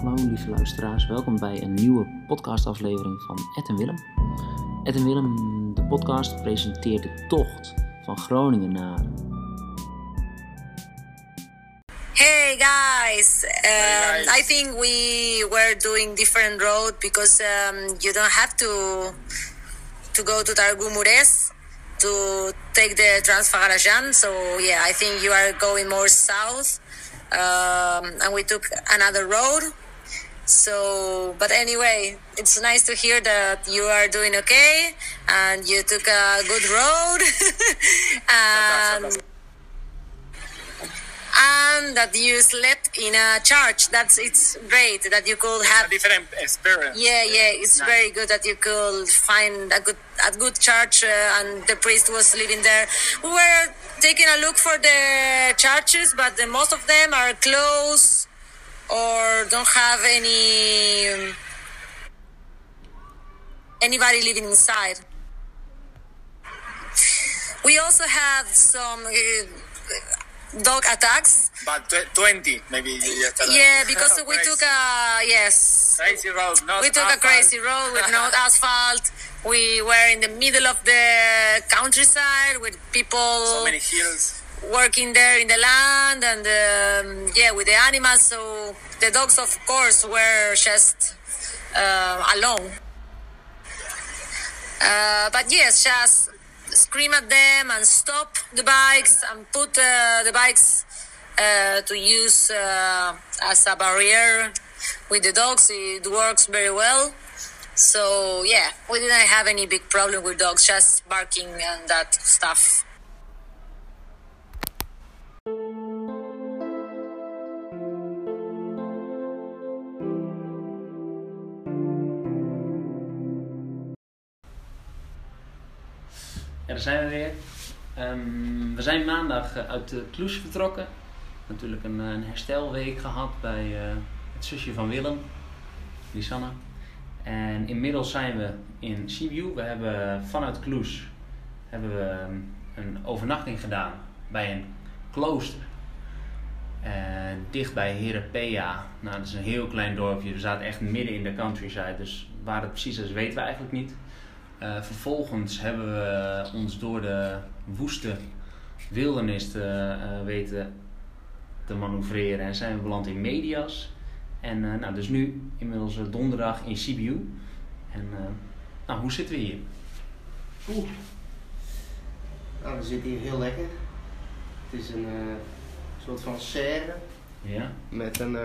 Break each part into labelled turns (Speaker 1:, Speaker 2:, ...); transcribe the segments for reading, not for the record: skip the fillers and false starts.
Speaker 1: Hallo lieve luisteraars, welkom bij een nieuwe podcastaflevering van Ed en Willem. Ed en Willem, de podcast, presenteert de tocht van Groningen naar...
Speaker 2: Hey guys, I think we were doing different road because you don't have to go to Targumures to take the Transfagarajan. So yeah, I think you are going more south, and we took another road. So, but anyway, it's nice to hear that you are doing okay and you took a good road and that you slept in a church. It's great that you could have
Speaker 3: a different experience.
Speaker 2: Yeah, it's nice. Very good that you could find a good church and the priest was living there. We were taking a look for the churches, but most of them are closed or don't have anybody living inside. We also have some dog attacks.
Speaker 3: But 20 maybe yesterday.
Speaker 2: Yeah, because we took
Speaker 3: crazy road.
Speaker 2: We took a crazy road with no asphalt. We were in the middle of the countryside with people.
Speaker 3: So many hills.
Speaker 2: Working there in the land and with the animals. So the dogs, of course, were just alone. But yes, just scream at them and stop the bikes and put the bikes to use as a barrier with the dogs. It works very well. So yeah, we didn't have any big problem with dogs, just barking and that stuff.
Speaker 1: Ja, daar zijn we weer. We zijn maandag uit Cluj vertrokken. Natuurlijk een herstelweek gehad bij het zusje van Willem, Lisanne. En inmiddels zijn we in Sibiu. We hebben vanuit Cluj een overnachting gedaan bij een klooster. Dicht bij Herepea. Nou, dat is een heel klein dorpje. We zaten echt midden in de countryside. Dus waar het precies is, weten we eigenlijk niet. Vervolgens hebben we ons door de woeste wildernis weten te manoeuvreren en zijn we beland in Medias. En dus nu inmiddels donderdag in Sibiu. En hoe zitten we hier?
Speaker 4: Nou, we zitten hier heel lekker. Het is een soort van serre.
Speaker 1: Ja.
Speaker 4: Met een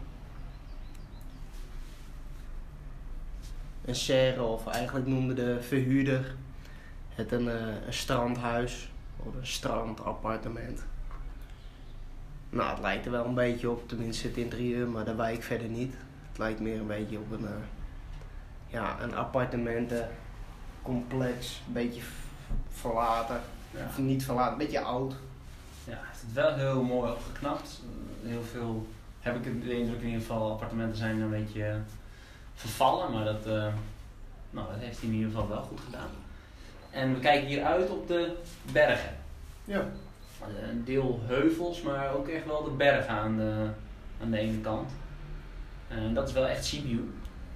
Speaker 4: serre, of eigenlijk noemde de verhuurder het een strandhuis of een strandappartement. Nou, het lijkt er wel een beetje op, tenminste het interieur, maar de wijk verder niet. Het lijkt meer een beetje op een appartementencomplex, een beetje verlaten, of niet verlaten, een beetje oud.
Speaker 1: Ja, hij heeft het wel heel mooi opgeknapt. Heel veel, heb ik de indruk in ieder geval, appartementen zijn een beetje vervallen, maar dat heeft hij in ieder geval wel goed gedaan. En we kijken hier uit op de bergen.
Speaker 4: Ja.
Speaker 1: Een deel heuvels, maar ook echt wel de bergen aan de ene kant. En dat is wel echt Sibiu.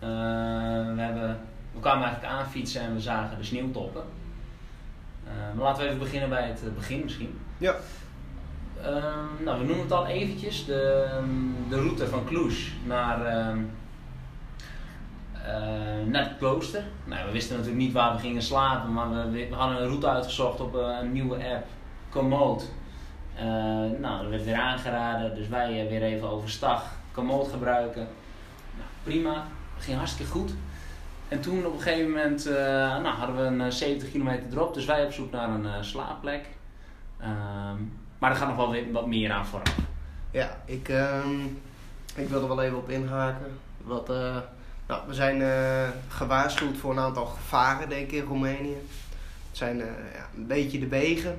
Speaker 1: We kwamen eigenlijk aanfietsen en we zagen de sneeuwtoppen. Maar laten we even beginnen bij het begin misschien.
Speaker 4: Ja.
Speaker 1: We noemen het al eventjes, de route van Cluj naar het klooster. Nou, we wisten natuurlijk niet waar we gingen slapen, maar we hadden een route uitgezocht op een nieuwe app, Komoot. Dat werd weer aangeraden, dus wij weer even overstag Komoot gebruiken. Nou, prima, ging hartstikke goed. En toen op een gegeven moment hadden we een 70 kilometer erop, dus wij op zoek naar een slaapplek. Maar er gaat nog wel weer wat meer aan vooraf.
Speaker 4: Ja, ik wil er wel even op inhaken. We zijn gewaarschuwd voor een aantal gevaren, denk ik, in Roemenië. Het zijn een beetje de wegen,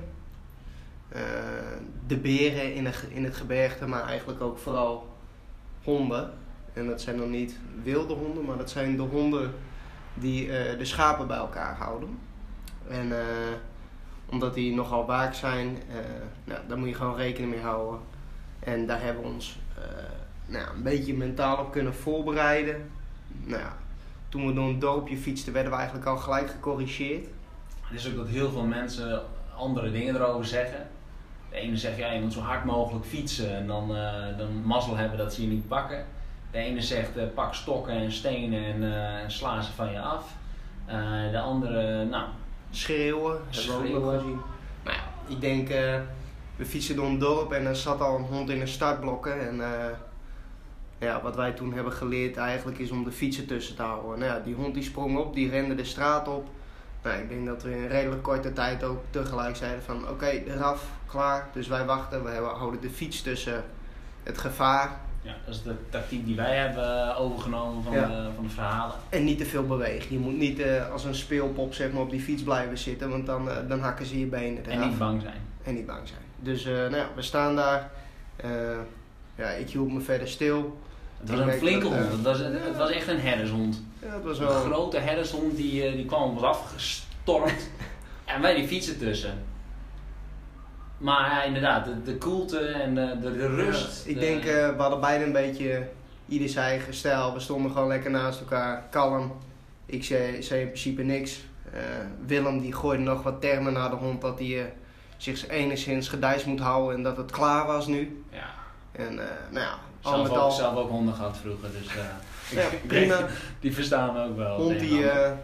Speaker 4: de beren in het gebergte, maar eigenlijk ook vooral honden. En dat zijn dan niet wilde honden, maar dat zijn de honden die de schapen bij elkaar houden. En omdat die nogal waak zijn, daar moet je gewoon rekening mee houden. En daar hebben we ons een beetje mentaal op kunnen voorbereiden. Nou ja, toen we door een dorpje fietsten werden we eigenlijk al gelijk gecorrigeerd.
Speaker 1: Het is ook dat heel veel mensen andere dingen erover zeggen. De ene zegt, ja, je moet zo hard mogelijk fietsen en dan mazzel hebben dat ze je niet pakken. De ene zegt, pak stokken en stenen en sla ze van je af. De andere,
Speaker 4: Schreeuwen, hebben we ook nog gezien. Nou ja, ik denk, we fietsen door een dorp en er zat al een hond in de startblokken. En wat wij toen hebben geleerd eigenlijk is om de fietsen tussen te houden. Nou ja, die hond die sprong op, die rende de straat op. Nou, ik denk dat we in een redelijk korte tijd ook tegelijk zeiden van oké, eraf, klaar. Dus wij wachten, we houden de fiets tussen het gevaar.
Speaker 1: Ja, dat is de tactiek die wij hebben overgenomen van de verhalen. En
Speaker 4: niet te veel bewegen. Je moet niet als een speelpop zeg maar, op die fiets blijven zitten, want dan hakken ze je benen eraf.
Speaker 1: En niet bang zijn.
Speaker 4: Dus we staan daar. Ik hield me verder stil.
Speaker 1: Het was een flinke hond. Het was echt een herdershond.
Speaker 4: Ja, het was
Speaker 1: een grote herdershond die kwam op ons afgestormd. En wij die fietsen tussen. Maar ja, inderdaad, de koelte en de rust.
Speaker 4: Ik denk, we hadden beide een beetje ieder zijn eigen stijl. We stonden gewoon lekker naast elkaar, kalm. Ik zei in principe niks. Willem die gooide nog wat termen naar de hond dat hij zich enigszins gedijst moet houden en dat het klaar was nu.
Speaker 1: Ja.
Speaker 4: En
Speaker 1: zelf ook honden gehad vroeger, dus
Speaker 4: prima.
Speaker 1: Die verstaan we ook wel.
Speaker 4: Hond die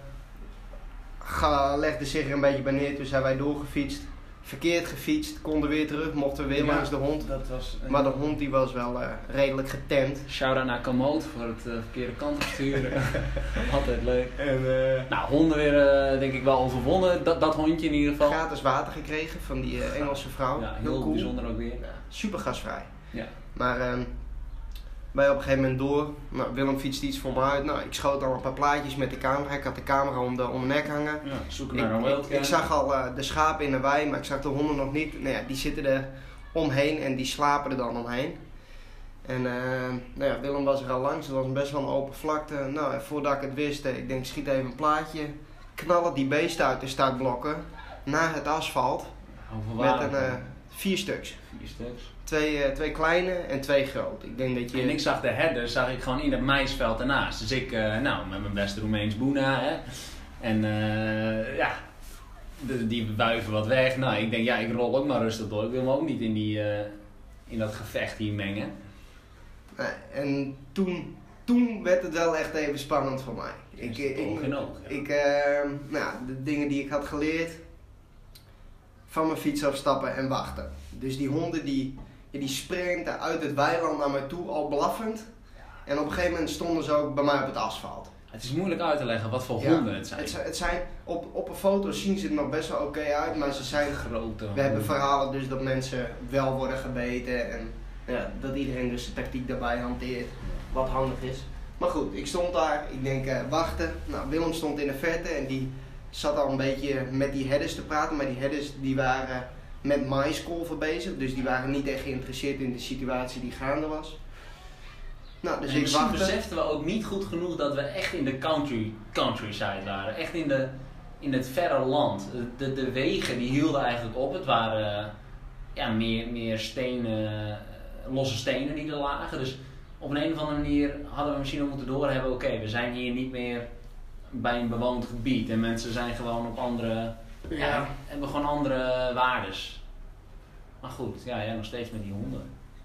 Speaker 4: legde zich er een beetje bij neer, toen zijn wij doorgefietst. Verkeerd gefietst, konden weer terug, mochten we weer langs de hond. Maar de hond die was wel redelijk getemd.
Speaker 1: Shout-out naar Komoot voor het verkeerde kant op sturen. Altijd leuk. En, honden weer denk ik wel overwonnen, dat hondje in ieder geval.
Speaker 4: Gratis water gekregen van die Engelse vrouw.
Speaker 1: Ja, heel cool. Bijzonder ook weer.
Speaker 4: Super gasvrij.
Speaker 1: Ja.
Speaker 4: Maar wij op een gegeven moment door. Willem fietste iets voor me uit. Ik schoot al een paar plaatjes met de camera. Ik had de camera om mijn nek hangen.
Speaker 1: Ja, zoeken naar een wildcat.
Speaker 4: Ik zag al de schapen in de wei, maar ik zag de honden nog niet. Nou ja, die zitten er omheen en die slapen er dan omheen. En Willem was er al langs. Het was best wel een open vlakte. En voordat ik het wist, ik denk schiet even een plaatje. Knallen die beesten uit de startblokken naar het asfalt. Met 4 stuks.
Speaker 1: 4 stuks.
Speaker 4: 2 kleine en 2 grote. Ik denk dat je...
Speaker 1: En ik zag de herder gewoon in het maisveld ernaast. Dus ik, met mijn beste Roemeens Boena, hè. En die wuiven wat weg. Ik denk, ik rol ook maar rustig door. Ik wil me ook niet in dat gevecht hier mengen.
Speaker 4: En toen werd het wel echt even spannend voor mij. De dingen die ik had geleerd, van mijn fiets afstappen en wachten. Dus die honden die sprinten uit het weiland naar mij toe, al blaffend. En op een gegeven moment stonden ze ook bij mij op het asfalt.
Speaker 1: Het is moeilijk uit te leggen wat voor honden het zijn.
Speaker 4: Het zijn op een foto zien ze er nog best wel oké uit, maar ze zijn
Speaker 1: grote.
Speaker 4: We hebben verhalen dus dat mensen wel worden gebeten en dat iedereen dus de tactiek daarbij hanteert, wat handig is. Maar goed, ik stond daar, ik denk wachten. Willem stond in de verte en die zat al een beetje met die herders te praten, maar die herders die waren met maiskolven bezig, dus die waren niet echt geïnteresseerd in de situatie die gaande was. Dus ik wachtte.
Speaker 1: Beseften we ook niet goed genoeg dat we echt in de countryside waren, echt in het verre land. De wegen die hielden eigenlijk op, het waren meer stenen, losse stenen die er lagen, dus op een of andere manier hadden we misschien ook moeten doorhebben, oké, we zijn hier niet meer bij een bewoond gebied en mensen zijn gewoon op andere, hebben gewoon andere waardes. Maar goed, jij nog steeds met die honden.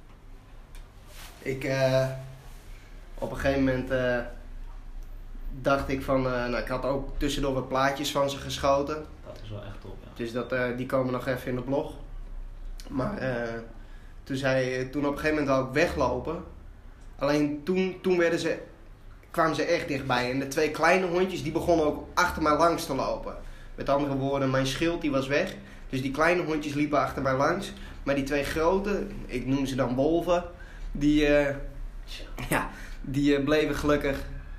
Speaker 4: Op een gegeven moment dacht ik van, ik had ook tussendoor wat plaatjes van ze geschoten.
Speaker 1: Dat is wel echt top, ja.
Speaker 4: Dus die komen nog even in de blog. Maar toen op een gegeven moment wou ik weglopen. Alleen toen kwamen ze echt dichtbij. En de 2 kleine hondjes die begonnen ook achter mij langs te lopen. Met andere woorden, mijn schild die was weg. Dus die kleine hondjes liepen achter mij langs. Maar die 2 grote, ik noem ze dan wolven, die bleven gelukkig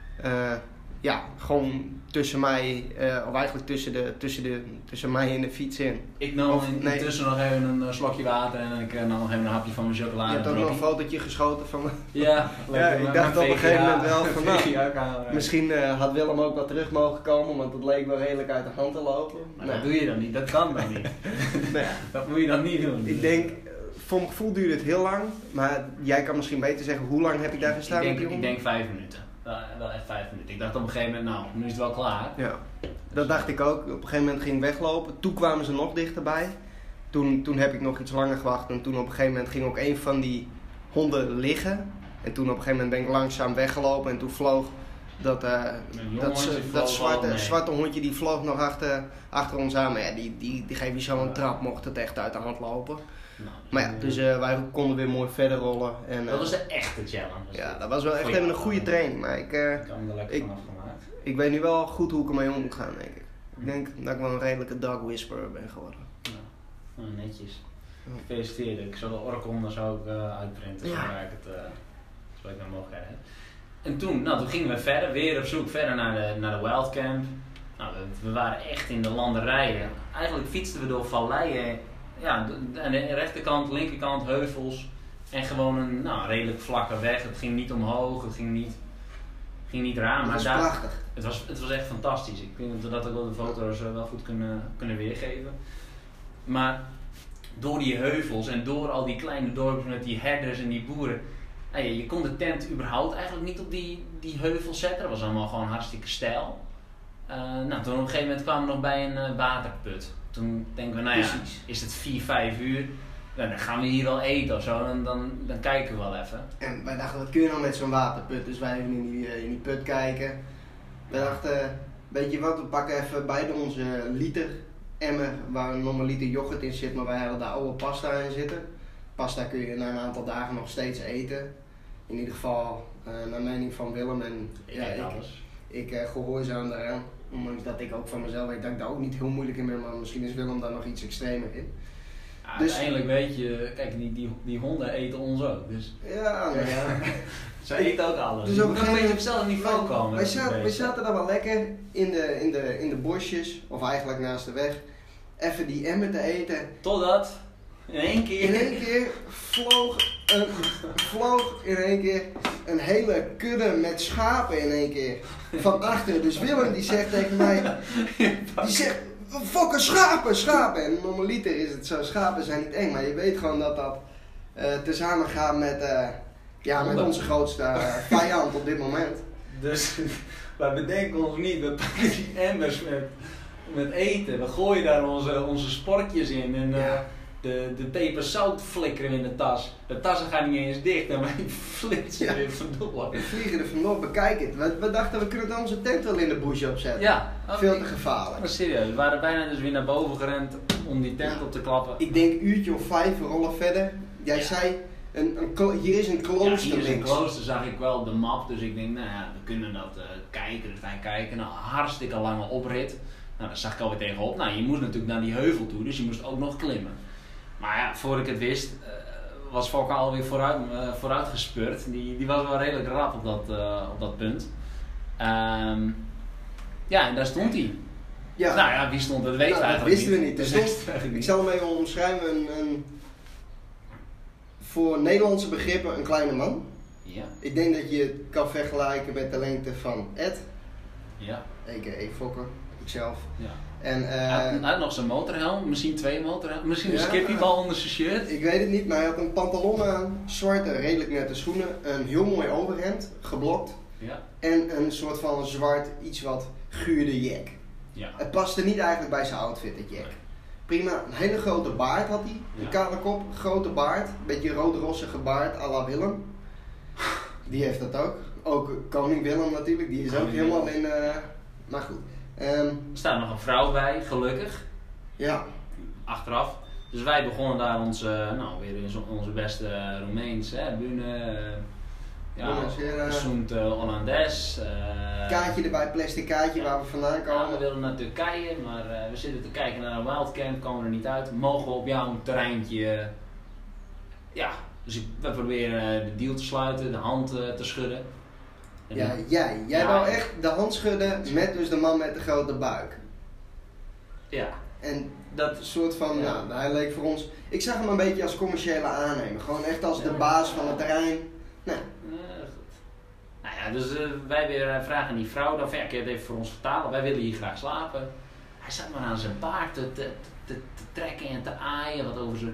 Speaker 4: gewoon tussen mij, of eigenlijk tussen mij en de fiets in.
Speaker 1: Ik nam intussen nog even een slokje water en ik nam nog even een hapje van mijn chocolade.
Speaker 4: Je hebt ook nog een fotootje geschoten van me.
Speaker 1: Ja,
Speaker 4: ik dacht op een gegeven moment wel van misschien had Willem ook wat terug mogen komen, want het leek wel redelijk uit de hand te lopen.
Speaker 1: Maar dat doe je dan niet, dat kan dan niet. Dat moet je dan niet doen.
Speaker 4: Ik denk, voor mijn gevoel duurde het heel lang. Maar jij kan misschien beter zeggen, hoe lang heb je daar gestaan?
Speaker 1: Ik denk 5 minuten. Wel echt 5 minuten. Ik dacht op een gegeven moment, nou, nu is het wel klaar.
Speaker 4: Ja, dat dacht ik ook. Op een gegeven moment ging ik weglopen. Toen kwamen ze nog dichterbij. Toen heb ik nog iets langer gewacht. En toen op een gegeven moment ging ook een van die honden liggen. En toen op een gegeven moment ben ik langzaam weggelopen. En toen vloog dat zwarte hondje, die vloog nog achter ons aan. Maar ja, die geef je zo een trap, mocht het echt uit de hand lopen.
Speaker 1: Nou,
Speaker 4: maar ja, dus wij konden weer mooi verder rollen. En,
Speaker 1: dat was de echte challenge.
Speaker 4: Ja, dat was wel echt even een goede training. Maar
Speaker 1: ik heb hem er lekker vanaf gemaakt.
Speaker 4: Ik weet nu wel goed hoe ik ermee om moet gaan, denk ik. Ik denk dat ik wel een redelijke dog whisperer ben geworden.
Speaker 1: Ja, nou, netjes. Gefeliciteerd. Ik zal de oorkonde zo ook uitprinten, zodat ik naar mogelijkheid heb. En toen gingen we verder, weer op zoek verder naar de wildcamp. Nou, we waren echt in de landerijen. Eigenlijk fietsten we door valleien. Ja, aan de rechterkant, linkerkant, heuvels. En gewoon een redelijk vlakke weg. Het ging niet omhoog, het ging niet raar.
Speaker 4: Het was prachtig.
Speaker 1: Het was echt fantastisch. Ik denk dat we dat ook wel de foto's wel goed kunnen weergeven. Maar door die heuvels en door al die kleine dorpjes met die herders en die boeren. Je kon de tent überhaupt eigenlijk niet op die heuvel zetten. Dat was allemaal gewoon hartstikke steil. Toen op een gegeven moment kwamen we nog bij een waterput. Toen denken we, is het 4-5 uur? Dan gaan we hier wel eten of zo. Dan kijken we wel even.
Speaker 4: En wij dachten, wat kun je nou met zo'n waterput? Dus wij even in die put kijken. Wij dachten, weet je wat, we pakken even beide onze liter emmer waar nog een liter yoghurt in zit, maar wij hadden daar oude pasta in zitten. Pasta kun je na een aantal dagen nog steeds eten. In ieder geval, naar mening van Willem. En ik gehoorzaam daaraan. Ondanks dat ik ook van mezelf weet dat ik daar ook niet heel moeilijk in ben, maar misschien is Willem daar nog iets extremer in.
Speaker 1: Ja, dus uiteindelijk weet je, kijk, die honden eten ons ook. Dus.
Speaker 4: Ja, nou ja.
Speaker 1: Ze eten ook alles.
Speaker 4: Dus op een gegeven moment
Speaker 1: op hetzelfde niveau komen.
Speaker 4: Wij zaten daar wel lekker in de bosjes, of eigenlijk naast de weg, even die emmer te eten.
Speaker 1: Totdat in één keer
Speaker 4: vloog in één keer een hele kudde met schapen in één keer van achter. Dus Willem die zegt tegen mij, die zegt, fokken schapen. En normaliter is het zo, schapen zijn niet eng, maar je weet gewoon dat tezamen gaat met onze grootste vijand op dit moment.
Speaker 1: Dus wij bedenken ons niet, we pakken die emmers met eten, we gooien daar onze sportjes in en de peperzout flikkeren in de tas. De tassen gaan niet eens dicht en wij flitsen er vandoor.
Speaker 4: We vliegen er vandoor, bekijk het. We dachten we kunnen onze tent wel in de bush opzetten.
Speaker 1: Ja.
Speaker 4: Veel te gevaarlijk.
Speaker 1: Maar serieus, we waren bijna dus weer naar boven gerend om die tent op te klappen.
Speaker 4: Ik denk een uurtje of 5 rollen verder. Jij zei, hier is een klooster.
Speaker 1: Ja, hier is een klooster, zag ik wel de map. Dus ik denk, we kunnen dat kijken. Dus wij kijken, hartstikke lange oprit. Daar zag ik alweer tegenop. Je moest natuurlijk naar die heuvel toe, dus je moest ook nog klimmen. Maar ja, voor ik het wist, was Fokke alweer vooruit gespurt. Die was wel redelijk rap op dat punt. En daar stond hij. Ja. Nou ja, wie stond, dat weten we eigenlijk
Speaker 4: niet. Dat wisten we niet. Ik zal hem even omschrijven. Voor Nederlandse begrippen een kleine man.
Speaker 1: Ja.
Speaker 4: Ik denk dat je het kan vergelijken met de lengte van Ed.
Speaker 1: Ja.
Speaker 4: A.k.a. Fokke, ikzelf.
Speaker 1: Ja.
Speaker 4: En,
Speaker 1: hij had nog zijn motorhelm, misschien 2 motorhelmen, misschien een skippiebal onder zijn shirt.
Speaker 4: Ik weet het niet, maar hij had een pantalon aan, zwarte, redelijk nette schoenen, een heel mooi overhemd, geblokt.
Speaker 1: Ja.
Speaker 4: En een soort van zwart, iets wat guurde jack.
Speaker 1: Ja.
Speaker 4: Het paste niet eigenlijk bij zijn outfit, het jack. Prima, een hele grote baard had hij, een kale kop, grote baard, een beetje rood-rossige baard à la Willem. Die heeft dat ook. Ook koning Willem natuurlijk, die is ook helemaal in, maar goed.
Speaker 1: Er staat nog een vrouw bij, gelukkig.
Speaker 4: Ja.
Speaker 1: Achteraf. Dus wij begonnen daar weer onze beste Roemeens, Bune, Soent Hollandes.
Speaker 4: Kaartje erbij, plastic kaartje waar we vandaan komen.
Speaker 1: Ja, we wilden naar Turkije, maar we zitten te kijken naar een wildcamp, komen er niet uit. Mogen we op jouw terreintje, dus we proberen de deal te sluiten, de hand te schudden.
Speaker 4: Ja, jij wou echt de hand schudden met dus de man met de grote buik.
Speaker 1: Ja.
Speaker 4: En dat soort van, hij leek voor ons, ik zag hem een beetje als commerciële aannemer. Gewoon echt als de baas van het terrein. Nou.
Speaker 1: Goed. Nou ja, dus wij weer vragen die vrouw, dan kun je het even voor ons vertalen. Wij willen hier graag slapen. Hij zat maar aan zijn baard te trekken en te aaien, wat over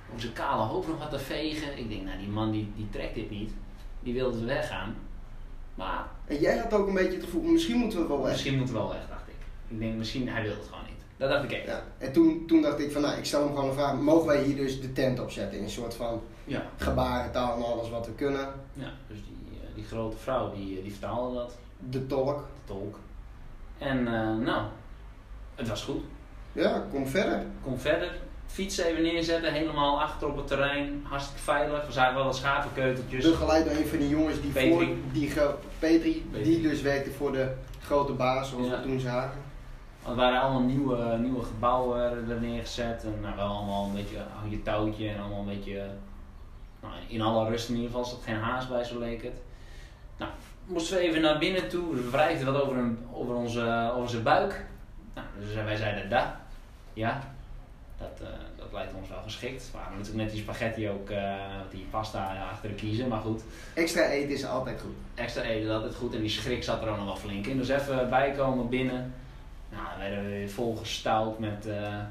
Speaker 1: over zijn kale hoofd nog wat te vegen. Ik denk, nou die man die trekt dit niet. Die wilde weggaan. Maar...
Speaker 4: En jij had ook een beetje het gevoel, misschien moeten we wel weg.
Speaker 1: Misschien moeten we wel weg, dacht ik. Ik denk, misschien, hij wil het gewoon niet. Dat dacht ik even.
Speaker 4: Ja. En toen dacht ik van, nou, ik stel hem gewoon een vraag. Mogen wij hier dus de tent opzetten? In een soort van gebarentaal en alles wat we kunnen.
Speaker 1: Ja, dus die grote vrouw, die vertaalde dat.
Speaker 4: De tolk.
Speaker 1: De tolk. En nou, het was goed.
Speaker 4: Ja, kom verder.
Speaker 1: Kom verder. Fiets even neerzetten, helemaal achter op het terrein. Hartstikke veilig. We zagen wel wat schapenkeuteltjes.
Speaker 4: Begeleid door een van die jongens die
Speaker 1: Petri.
Speaker 4: die dus werkte voor de grote baas, zoals we toen zagen.
Speaker 1: Er waren allemaal nieuwe gebouwen er neergezet. En nou, wel allemaal een beetje je touwtje en allemaal een beetje... Nou, in alle rust in ieder geval, zat geen haast bij, zo leek het. Nou, moesten we even naar binnen toe. We wrijfden wat over onze buik. Nou, dus wij zeiden da. Ja, dat lijkt ons wel geschikt. We hadden natuurlijk net die spaghetti ook, die pasta achter de kiezen, maar goed.
Speaker 4: Extra eten is altijd goed.
Speaker 1: Extra eten is altijd goed en die schrik zat er ook nog wel flink in. Dus even bijkomen binnen. Nou, dan werden we weer volgestouwd met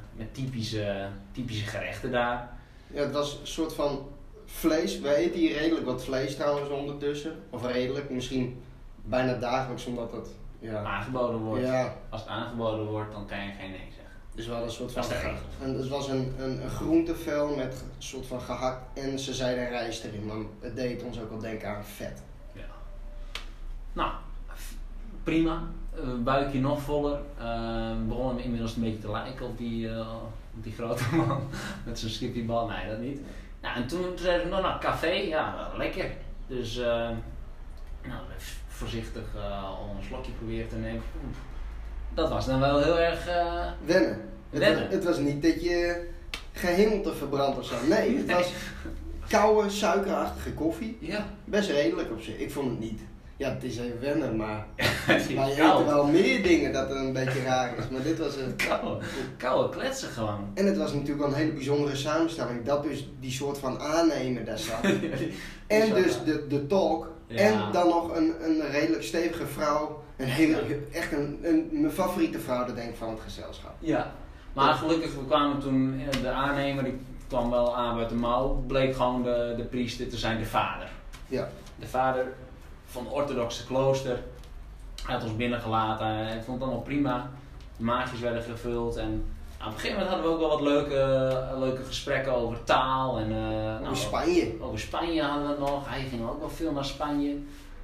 Speaker 1: typische gerechten daar.
Speaker 4: Ja, het was een soort van vlees. We eten hier redelijk wat vlees trouwens ondertussen. Of redelijk, misschien bijna dagelijks omdat het
Speaker 1: aangeboden wordt.
Speaker 4: Ja.
Speaker 1: Als het aangeboden wordt, dan kan je geen nee zeggen.
Speaker 4: Dus we hadden een soort van...
Speaker 1: Dat is de regel.
Speaker 4: Het was een groentevel met een soort van gehakt en ze zeiden rijst erin. Maar het deed ons ook wel denken aan vet.
Speaker 1: Ja. Nou, prima. Buikje nog voller. Begon hem inmiddels een beetje te lijken op die grote man met zijn skippiebal. Nee, dat niet. Nou, en toen zeiden we, nou, café, ja, lekker. Dus, voorzichtig al een slokje proberen te nemen. Dat was dan wel heel erg...
Speaker 4: Wennen. Het was niet dat je gehemelte verbrand of zo. Nee, het was koude, suikerachtige koffie. Ja. Best redelijk op zich. Ik vond het niet. Ja, het is even wennen, maar je eet wel meer dingen dat het een beetje raar is. Maar dit was een...
Speaker 1: Koude kletsen gewoon.
Speaker 4: En het was natuurlijk wel een hele bijzondere samenstelling. Dat dus die soort van aannemer daar zat. En dus de tolk. Ja. En dan nog een redelijk stevige vrouw. Echt mijn favoriete vrouw, dat denk ik, van het gezelschap.
Speaker 1: Ja, maar gelukkig we kwamen toen, de aannemer die kwam wel aan uit de mouw. Bleek gewoon de priester te zijn, de vader. Ja. De vader van het orthodoxe klooster. Hij had ons binnengelaten. Hij vond het allemaal prima. De maagjes werden gevuld. En op een gegeven moment hadden we ook wel wat leuke gesprekken over taal. En,
Speaker 4: over Spanje.
Speaker 1: Over Spanje hadden we het nog. Hij ging ook wel veel naar Spanje.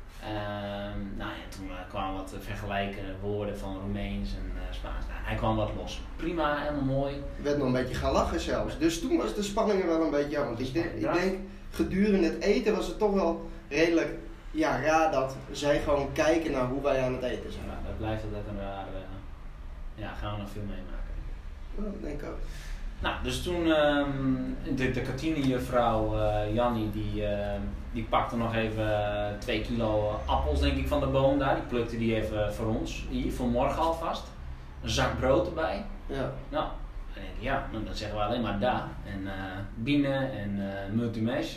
Speaker 1: Toen kwamen wat vergelijkende woorden van Roemeens en Spaans. Hij kwam wat los. Prima, helemaal mooi.
Speaker 4: Er werd nog een beetje gaan lachen zelfs. Dus toen was de spanning er wel een beetje aan. Want ik denk, gedurende het eten was het toch wel redelijk raar dat zij gewoon kijken naar hoe wij aan het eten zijn.
Speaker 1: Ja, dat blijft altijd een raar... gaan we nog veel meemaken.
Speaker 4: Ja, dat denk ik ook.
Speaker 1: Nou, dus toen de kantinejuffrouw Jannie, die pakte nog even 2 kilo appels denk ik van de boom daar. Die plukte die even voor ons, hier voor morgen alvast. Een zak brood erbij. Ja. Nou, dan denk ik, dan zeggen we alleen maar da. En bienen en multimesh.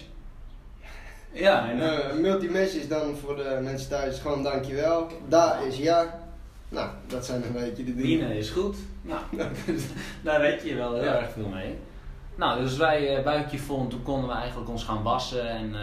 Speaker 1: Ja, en
Speaker 4: multimesh is dan voor de mensen thuis gewoon dankjewel. Da is ja. Nou, dat zijn een beetje de dingen.
Speaker 1: Bienen is goed. Nou, daar red je wel heel erg veel mee. Nou, dus wij buikje vol, toen konden we eigenlijk ons gaan wassen. En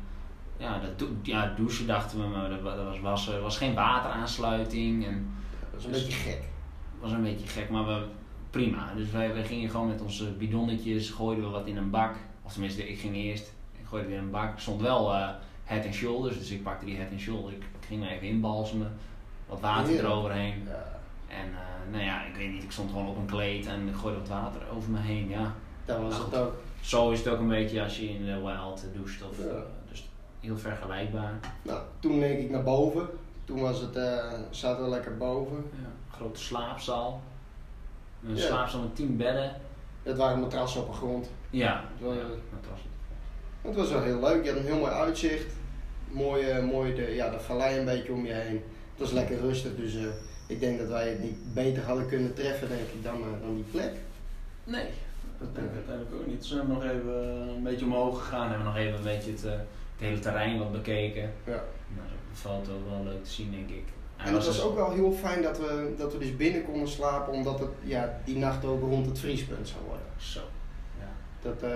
Speaker 1: douchen dachten we, maar dat was wassen. Er was geen wateraansluiting. En
Speaker 4: dat was een beetje gek.
Speaker 1: Was een beetje gek, maar prima. Dus wij gingen gewoon met onze bidonnetjes, gooiden we wat in een bak. Of tenminste, ik ging eerst. Ik gooide weer in een bak. Er stond wel Head and Shoulders, dus ik pakte die Head and Shoulders. Ik ging me even inbalsemen. Wat water eroverheen. Ja. En ik weet niet, ik stond gewoon op een kleed en ik gooide wat water over me heen. Ja.
Speaker 4: Dat was het ook.
Speaker 1: Zo is het ook een beetje als je in de wild doucht. Dus heel vergelijkbaar.
Speaker 4: Nou, toen denk ik naar boven. Toen was het, zaten we lekker boven.
Speaker 1: Ja, grote slaapzaal. Een slaapzaal met 10 bedden.
Speaker 4: Het waren matrassen op de grond.
Speaker 1: Ja, matrassen.
Speaker 4: Het was wel heel leuk. Je had een heel mooi uitzicht. Mooi de vallei een beetje om je heen. Het was lekker rustig, dus ik denk dat wij het niet beter hadden kunnen treffen denk ik, dan die plek.
Speaker 1: Nee, dat denk ik uiteindelijk ook niet. Dus we hebben nog even een beetje omhoog gegaan en hebben nog even een beetje het hele terrein wat bekeken. Ja. Nou, de foto wel leuk te zien denk ik.
Speaker 4: En het was ook wel heel fijn dat we dus binnen konden slapen, omdat het die nacht ook rond het vriespunt zou worden.
Speaker 1: Zo. Ja.
Speaker 4: Dat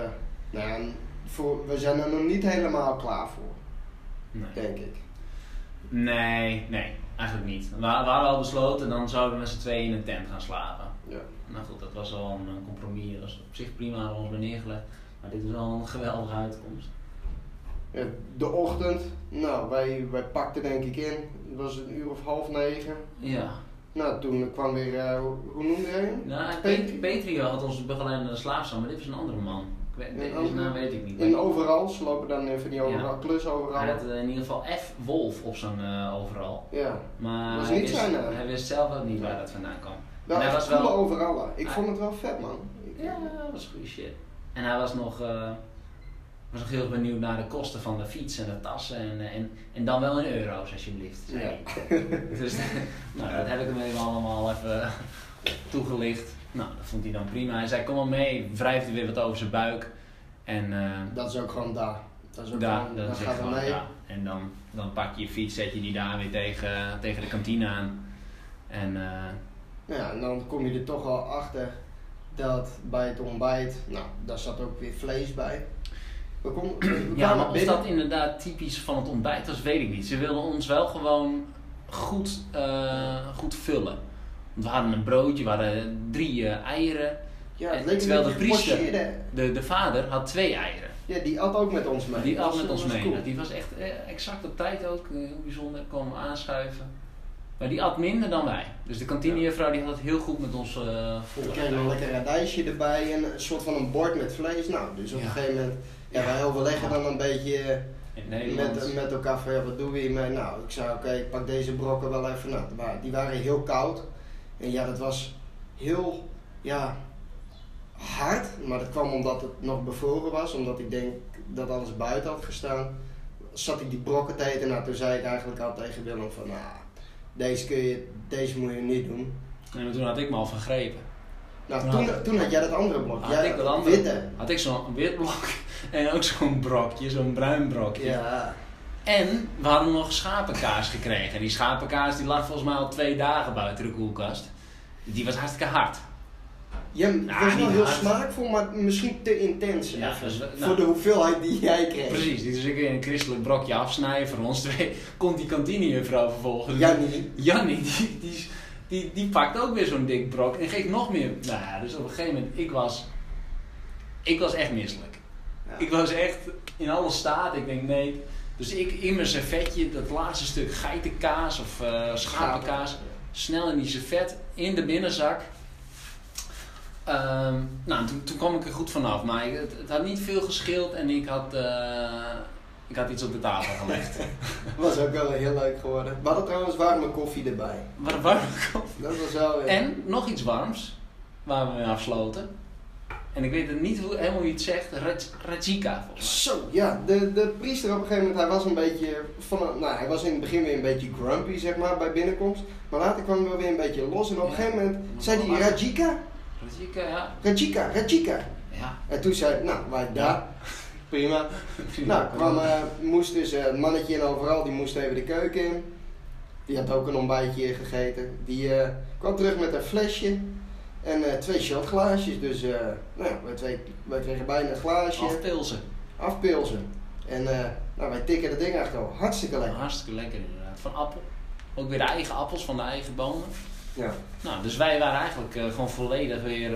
Speaker 4: Nou, we zijn er nog niet helemaal klaar voor, denk ik.
Speaker 1: Nee, eigenlijk niet. We hadden al besloten, dan zouden we met z'n tweeën in een tent gaan slapen.
Speaker 4: Ja.
Speaker 1: Nou goed, dat was wel een compromis. Dat was op zich prima, hadden we ons bij neergelegd. Maar dit is wel een geweldige uitkomst.
Speaker 4: Ja, de ochtend, nou, wij pakten denk ik in. Het was 8:30.
Speaker 1: Ja.
Speaker 4: Nou, toen kwam weer, hoe noemde hij hem?
Speaker 1: Nou, Petri had ons begeleid naar de slaapzaal, maar dit was een andere man. Deze naam weet ik niet.
Speaker 4: In overal, ze lopen dan even die overal, klus overal.
Speaker 1: Hij had in ieder geval F. Wolf op zijn overal.
Speaker 4: Ja.
Speaker 1: Maar
Speaker 4: was niet zijn naam.
Speaker 1: Hij wist zelf ook niet waar dat vandaan kwam.
Speaker 4: Nou, hij was wel overal. Ik vond het wel vet, man.
Speaker 1: Ja, dat was goede shit. En hij was nog heel benieuwd naar de kosten van de fiets en de tassen en dan wel in euro's alsjeblieft.
Speaker 4: Ja.
Speaker 1: Dus nou, dat heb ik hem even allemaal even toegelicht. Nou, dat vond hij dan prima. Hij zei kom maar mee, wrijfde weer wat over zijn buik. En,
Speaker 4: dat is ook gewoon daar. Dat is ook
Speaker 1: daar
Speaker 4: gewoon,
Speaker 1: dan
Speaker 4: gaat er mee.
Speaker 1: Ja. En dan pak je je fiets, zet je die daar weer tegen de kantine aan. En,
Speaker 4: ja, en dan kom je er toch al achter dat bij het ontbijt, nou, daar zat ook weer vlees bij.
Speaker 1: Ja, maar of dat inderdaad typisch van het ontbijt was, weet ik niet. Ze wilden ons wel gewoon goed vullen. Want we hadden een broodje, we hadden 3 eieren.
Speaker 4: Ja, het leek
Speaker 1: terwijl de priester, de vader, had 2 eieren.
Speaker 4: Ja, die at ook met ons mee.
Speaker 1: Die at met ons mee. Cool. Die was echt exact op tijd ook, heel bijzonder, kwam aanschuiven. Maar die at minder dan wij. Dus de kantinejuffrouw die had het heel goed met ons voor.
Speaker 4: We kregen een lekker radijsje erbij en een soort van een bord met vlees. Nou, dus op een gegeven moment, wij overleggen dan een beetje met elkaar van, wat doen we hiermee? Nou, ik zei oké, ik pak deze brokken wel even. Nou, die waren heel koud. En ja, dat was heel, hard. Maar dat kwam omdat het nog bevroren was. Omdat ik denk dat alles buiten had gestaan. Zat ik die brokken te eten. Nou, toen zei ik eigenlijk al tegen Willem van, nou, deze moet je niet doen.
Speaker 1: En toen had ik me al vergrepen.
Speaker 4: Nou, toen had jij dat andere blok.
Speaker 1: Had ik zo'n wit blok en ook zo'n brokje, zo'n bruin brokje.
Speaker 4: Ja.
Speaker 1: En we hadden nog schapenkaas gekregen. En die schapenkaas die lag volgens mij al 2 dagen buiten de koelkast. Die was hartstikke hard.
Speaker 4: Ja, het was wel heel smaakvol, maar misschien te intens.
Speaker 1: Ja,
Speaker 4: voor de hoeveelheid die jij kreeg.
Speaker 1: Precies, dus ik weer een christelijk brokje afsnijden voor ons 2. Komt die kantinejuffrouw vervolgens. Jannie, die pakt ook weer zo'n dik brok en geeft nog meer. Nou ja, dus op een gegeven moment, ik was echt misselijk. Ja. Ik was echt in alle staat, ik denk nee. Dus ik in mijn servetje, dat laatste stuk geitenkaas of schapenkaas, snel in die servet, in de binnenzak. Nou, toen kwam ik er goed vanaf, maar het had niet veel gescheeld en ik had iets op de tafel gelegd.
Speaker 4: Was ook wel heel leuk geworden. We hadden trouwens warme koffie erbij.
Speaker 1: Warme koffie?
Speaker 4: Dat was wel...
Speaker 1: En nog iets warms, waar we mee afsloten. En ik weet niet helemaal hoe je het zegt, Rajika volgens mij.
Speaker 4: Zo, ja, de priester op een gegeven moment, hij was een beetje, hij was in het begin weer een beetje grumpy zeg maar, bij binnenkomst. Maar later kwam hij wel weer een beetje los en op een gegeven moment zei hij Rajika.
Speaker 1: Rajika, ja.
Speaker 4: Rajika.
Speaker 1: Ja.
Speaker 4: En toen zei wij daar. Prima. Nou, moest dus een mannetje in overal, die moest even de keuken in. Die had ook een ontbijtje gegeten. Die kwam terug met een flesje en 2 shotglaasjes. Dus wij kregen bijna een glaasje. Afpilsen. En wij tikken dat ding echt al. Hartstikke lekker.
Speaker 1: Hartstikke lekker inderdaad. Van appel. Ook weer de eigen appels van de eigen bomen.
Speaker 4: Ja.
Speaker 1: Nou, dus wij waren eigenlijk gewoon volledig weer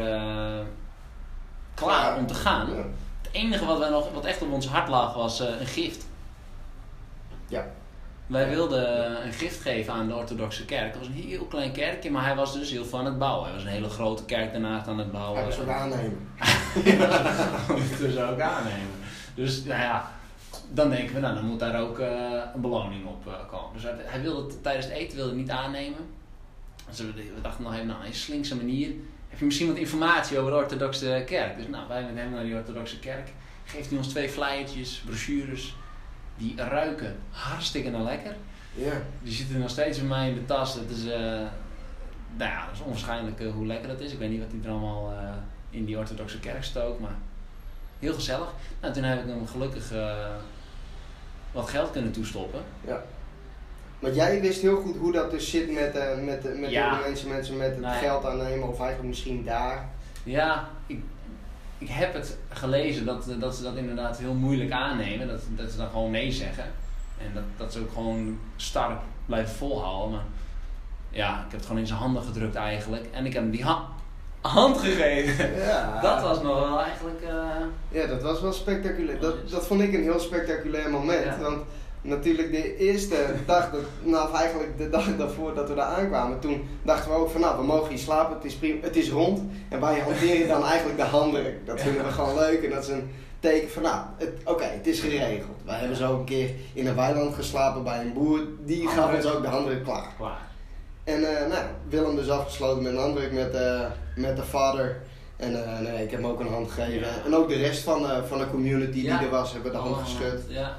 Speaker 1: klaar om te gaan. Ja. Het enige wat echt op ons hart lag was een gift.
Speaker 4: Ja.
Speaker 1: Wij wilden een gift geven aan de orthodoxe kerk. Het was een heel klein kerkje, maar hij was dus heel veel aan het bouwen. Hij was een hele grote kerk daarnaast aan het bouwen.
Speaker 4: Hij was ook aannemen.
Speaker 1: Dus ook aannemen. Dus nou ja, dan denken we, dan moet daar ook een beloning op komen. Dus hij wilde tijdens het eten niet aannemen. Dus we dachten nog even, op een slinkse manier. Heb je misschien wat informatie over de orthodoxe kerk? Dus wij met hem naar die orthodoxe kerk. Geeft hij ons 2 flyertjes, brochures. Die ruiken hartstikke naar lekker.
Speaker 4: Ja.
Speaker 1: Die zitten nog steeds bij mij in de tas. Dat is, dat is onwaarschijnlijk hoe lekker dat is. Ik weet niet wat hij er allemaal in die orthodoxe kerk stookt, maar heel gezellig. Nou, toen heb ik hem gelukkig wat geld kunnen toestoppen.
Speaker 4: Ja. Maar jij wist heel goed hoe dat dus zit met de mensen met het geld aannemen, of eigenlijk misschien daar.
Speaker 1: Ja, ik heb het gelezen dat ze dat inderdaad heel moeilijk aannemen. Dat ze dan gewoon nee zeggen. En dat ze ook gewoon stark blijven volhouden. Maar ja, ik heb het gewoon in zijn handen gedrukt eigenlijk. En ik heb hem die hand gegeven.
Speaker 4: Ja.
Speaker 1: Dat was nog wel eigenlijk...
Speaker 4: Ja, dat was wel spectaculair. Dat vond ik een heel spectaculair moment.
Speaker 1: Ja.
Speaker 4: Want natuurlijk de eerste dag, eigenlijk de dag daarvoor dat we daar aankwamen, toen dachten we ook van nou, we mogen hier slapen, het is prima, het is rond. En wij hanteren dan eigenlijk de handdruk. Dat vinden we gewoon leuk en dat is een teken van nou, oké, het is geregeld. Wij hebben zo een keer in een weiland geslapen bij een boer, die gaf ons ook de handdruk klaar. En Willem dus afgesloten met een handdruk met de vader. En ik heb hem ook een hand gegeven. Ja. En ook de rest van de community die er was, hebben de hand geschud.
Speaker 1: Ja,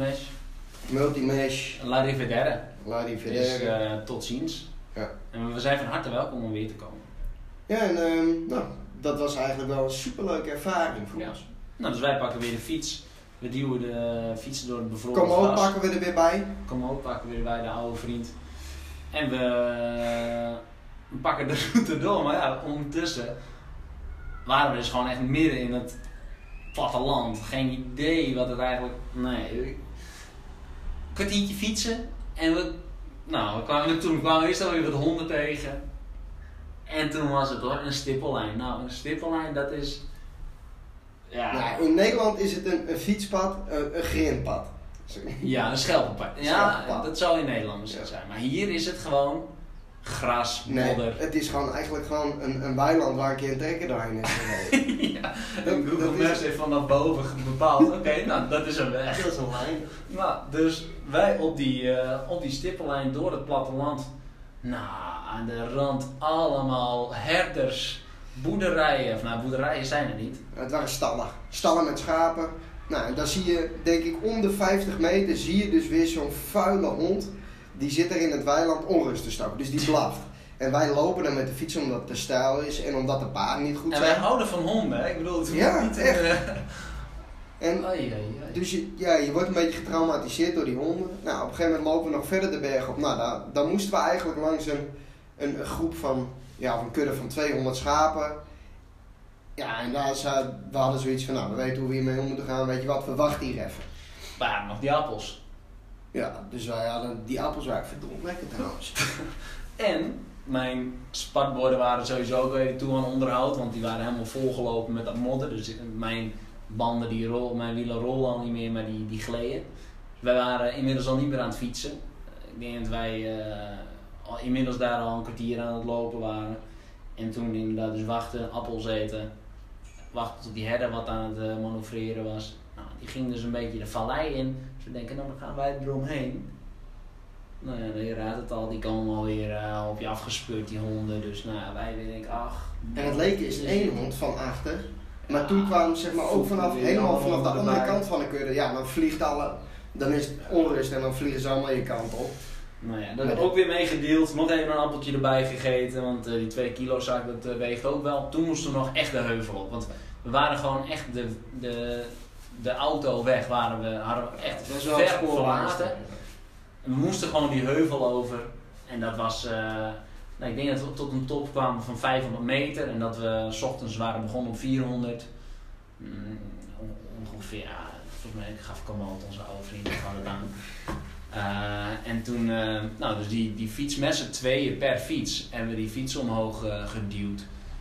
Speaker 1: Multimesh.
Speaker 4: La
Speaker 1: Rivedere.
Speaker 4: Dus
Speaker 1: tot ziens.
Speaker 4: Ja.
Speaker 1: En we zijn van harte welkom om weer te komen.
Speaker 4: Ja, en dat was eigenlijk wel een superleuke ervaring voor ons.
Speaker 1: Nou, dus wij pakken weer de fiets. We duwen de fietsen door het bevroren gras.
Speaker 4: Komoot pakken we er weer bij.
Speaker 1: Komoot pakken we weer bij, de oude vriend. En we pakken de route door, maar ja, ondertussen waren we dus gewoon echt midden in het platteland. Geen idee wat het eigenlijk... Nee. Een kwartiertje fietsen en toen kwamen we eerst alweer wat honden tegen. En toen was het hoor, een stippellijn. Nou, een stippellijn, dat is... Ja.
Speaker 4: Nou, in Nederland is het een fietspad, een grindpad.
Speaker 1: Ja, een schelpenpad. Ja, dat zou in Nederland misschien zijn. Maar hier is het gewoon gras, modder.
Speaker 4: Nee, het is gewoon eigenlijk gewoon een weiland waar een keer een trekker doorheen is gereden.
Speaker 1: Ja, en Google Maps heeft vanaf boven bepaald. Oké, nou dat is een weg.
Speaker 4: Dat is een lijn.
Speaker 1: Nou, dus wij op die stippellijn door het platteland. Nou, aan de rand allemaal herders, boerderijen. Of nou, boerderijen zijn er niet.
Speaker 4: Het waren stallen. Stallen met schapen. Nou, en dan zie je, denk ik, om de 50 meter zie je dus weer zo'n vuile hond. Die zit er in het weiland onrust te stoken. Dus die blaft. En wij lopen dan met de fiets omdat het te steil is en omdat de paarden niet goed zijn.
Speaker 1: En wij houden van honden, hè? Ik bedoel, het
Speaker 4: ja,
Speaker 1: niet...
Speaker 4: echt. En dus je wordt een beetje getraumatiseerd door die honden. Nou, op een gegeven moment lopen we nog verder de berg op. Nou, daar moesten we eigenlijk langs een groep van, een kudde van 200 schapen. Ja, en we hadden zoiets van, we weten hoe we hiermee om moeten gaan. Weet je wat, we wachten hier even.
Speaker 1: Maar nog die appels.
Speaker 4: Ja, dus wij hadden die appels waren verdomd lekker trouwens.
Speaker 1: En mijn spatborden waren sowieso ook weer toe aan onderhoud, want die waren helemaal volgelopen met dat modder. Dus mijn banden, mijn wielen rollen al niet meer, maar die gleden. Dus wij waren inmiddels al niet meer aan het fietsen. Ik denk dat wij inmiddels daar al een kwartier aan het lopen waren. En toen inderdaad dus wachten, appels eten, wachten tot die herder wat aan het manoeuvreren was. Nou, die ging dus een beetje de vallei in. Dus we denken, nou dan gaan wij eromheen. Nou ja, je raadt het al, die komen alweer op je afgespeurd, die honden. Dus nou ja, wij denken,
Speaker 4: En het leek is één hond van achter. Maar toen kwam zeg maar ook helemaal vanaf de andere kant van de kudde. Ja, dan is het onrust en dan vliegen ze allemaal je kant op.
Speaker 1: Nou ja, dat heb ik ook weer meegedeeld. Nog even een appeltje erbij gegeten, want die 2 kilo zak, dat weegt ook wel. Toen moesten we nog echt de heuvel op, want we waren gewoon echt de auto weg, hadden we echt ver verlaten. We moesten gewoon die heuvel over en dat was, ik denk dat we tot een top kwamen van 500 meter en dat we 's ochtends waren begonnen op 400. Ongeveer, volgens mij gaf Komoot, onze oude vriend, het aan. En toen, dus die fiets met z'n tweeën per fiets hebben we die fiets omhoog geduwd.